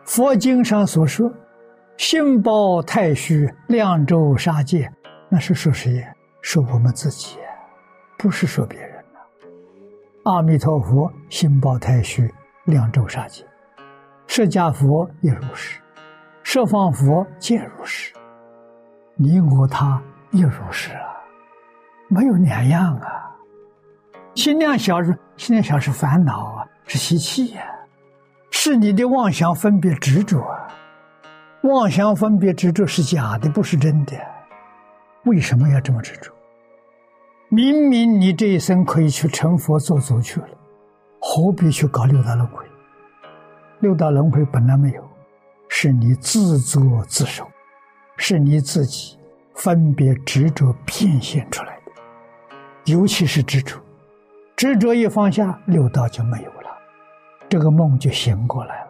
佛经上所说，心包太虚，量周杀戒，那是说谁？说我们自己，不是说别人的。阿弥陀佛心包太虚，量周杀戒，释迦佛也如是，十方佛皆如是，你我他也如是啊，没有两样啊。心量小是烦恼啊，是习气呀，是你的妄想分别执着啊。妄想分别执着是假的，不是真的。为什么要这么执着？明明你这一生可以去成佛做主去了，何必去搞六道轮回？六道轮回本来没有，是你自作自受，是你自己分别执着变现出来的。尤其是执着，执着一放下，六道就没有了，这个梦就醒过来了。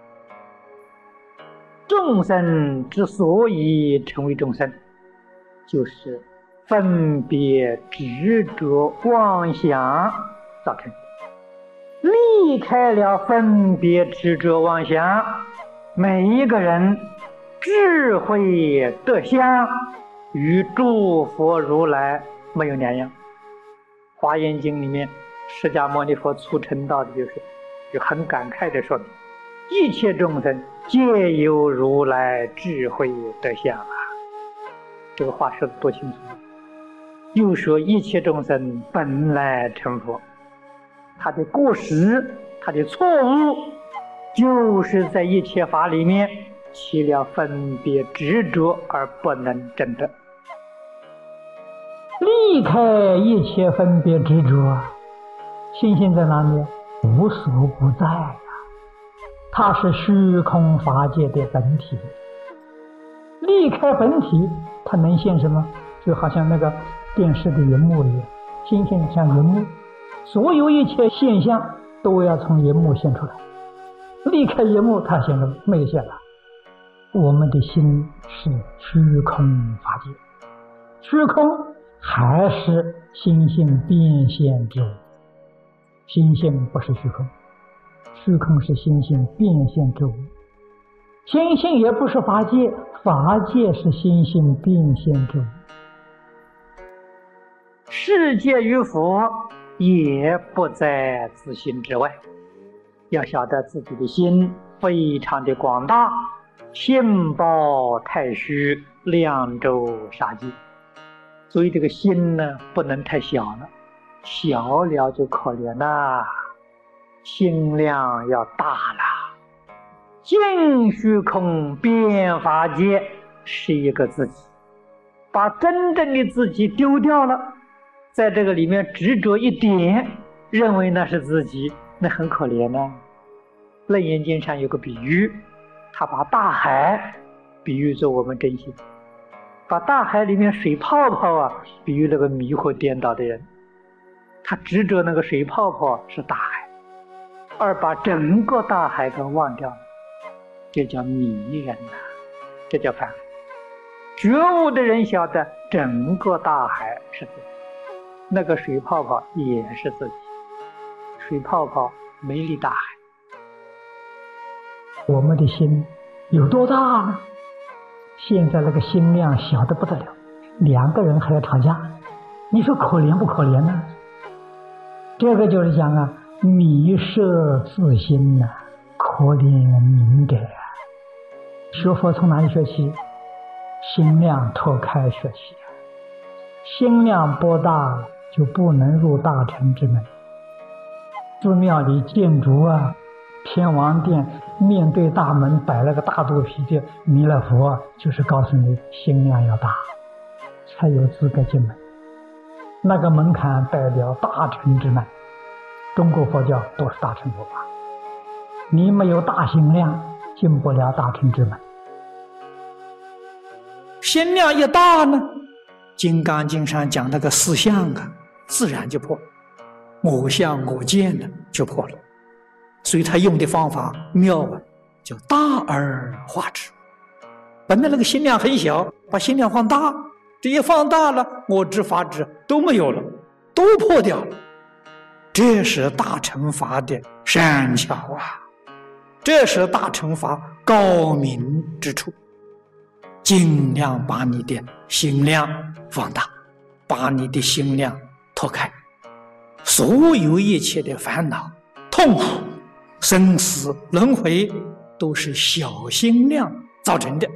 众生之所以成为众生，就是分别执着妄想造成的。离开了分别执着妄想，每一个人智慧德相与诸佛如来没有两样。华严经里面释迦牟尼佛促成道的就很感慨地说明，一切众生皆有如来智慧德相啊！这个话说得多清楚。又说一切众生本来成佛，他的过失，他的错误，就是在一切法里面起了分别执着而不能证得。离开一切分别执着，心性在哪里？无所不在啊！它是虚空法界的本体。离开本体，它能现什么？就好像那个电视的荧幕一样，心性像荧幕，所有一切现象都要从荧幕现出来。离开荧幕，它现在没现了。我们的心是虚空法界，虚空还是心性变现之物。心性不是虚空，虚空是心性变现之物。心性也不是法界，法界是心性变现之物。世界与佛也不在自心之外，要晓得自己的心非常的广大，心包太虚，量周杀戒。所以这个心呢，不能太小了，小了就可怜了，心量要大了。净虚空变法界是一个自己，把真正的自己丢掉了，在这个里面执着一点，认为那是自己，那很可怜啊。楞严经上有个比喻，他把大海比喻作我们真心，把大海里面水泡泡啊比喻那个迷惑颠倒的人，他执着那个水泡泡是大海，而把整个大海都忘掉了，这叫迷人呐，这叫凡。觉悟的人晓得整个大海是自己，那个水泡泡也是自己，水泡泡没离大海。我们的心有多大呢？现在那个心量小得不得了，两个人还要吵架，你说可怜不可怜呢？这个就是讲啊，迷摄自心呐，可怜悯者啊。学佛从哪里学起？心量拓开学起。心量不大，就不能入大乘之门。寺庙里建筑啊，天王殿面对大门摆了个大肚皮的弥勒佛，就是告诉你心量要大，才有资格进门。那个门槛代表大乘之门，中国佛教都是大乘佛法，你没有大心量，进不了大乘之门。心量一大呢，金刚经上讲那个四相啊，自然就破了，我相我见呢就破了。所以他用的方法妙啊，叫大而化之。本来那个心量很小，把心量放大，这一放大了，我执法执都没有了，都破掉了。这是大乘法的善巧啊，这是大乘法高明之处，尽量把你的心量放大，把你的心量拓开。所有一切的烦恼、痛苦、生死轮回，都是小心量造成的。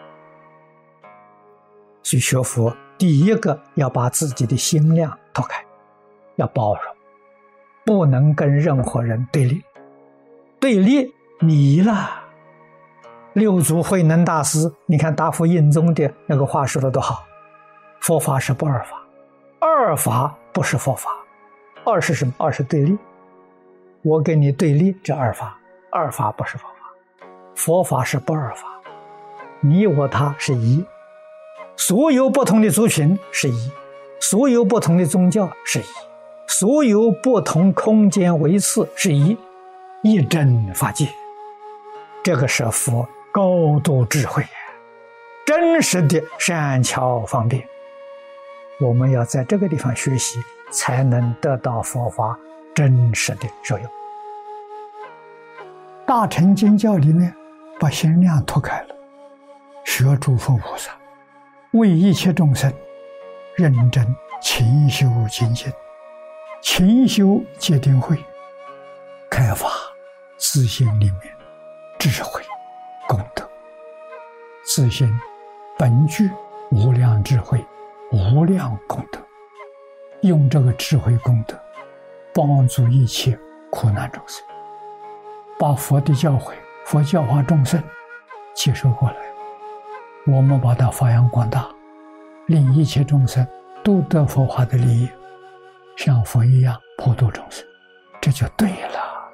所以学佛第一个要把自己的心量拓开，要包容，不能跟任何人对立。对立迷了。六祖慧能大师，你看大佛印宗的那个话说的多好，佛法是不二法，二法不是佛法。二是什么？二是对立，我跟你对立，这二法，二法不是佛法。佛法是不二法，你我他是一，所有不同的族群是一，所有不同的宗教是一，所有不同空间维次是一，一真法界。这个是佛高度智慧，真实的善巧方便。我们要在这个地方学习，才能得到佛法真实的受用。大乘经教里面把心量拓开了，学诸佛菩萨，为一切众生认真勤修精进，勤修戒定慧，开发自心里面智慧功德。自心本具无量智慧，无量功德，用这个智慧功德帮助一切苦难众生，把佛的教诲、佛教化众生接受过来，我们把它发扬光大，令一切众生都得佛法的利益，像佛一样普度众生，这就对了。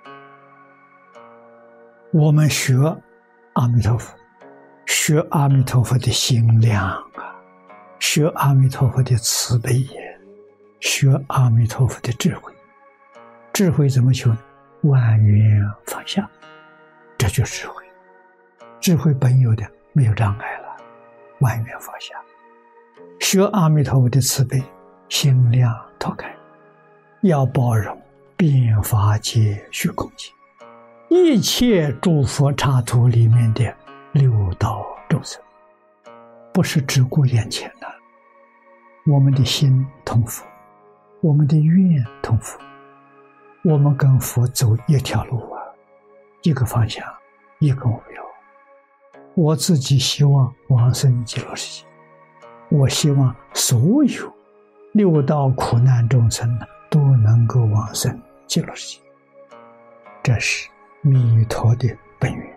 我们学阿弥陀佛，学阿弥陀佛的心量啊，学阿弥陀佛的慈悲也，学阿弥陀佛的智慧。智慧怎么求呢？万缘放下，这就是智慧。智慧本有的没有障碍了，万缘放下。学阿弥陀佛的慈悲，心量拓开，要包容遍法界虚空界，一切诸佛刹土里面的六道众生，不是只顾眼前的。我们的心同佛，我们的愿同佛，我们跟佛走一条路啊，一个方向，一个目标。我自己希望往生极乐世界，我希望所有六道苦难众生都能够往生极乐世界，这是弥陀的本愿。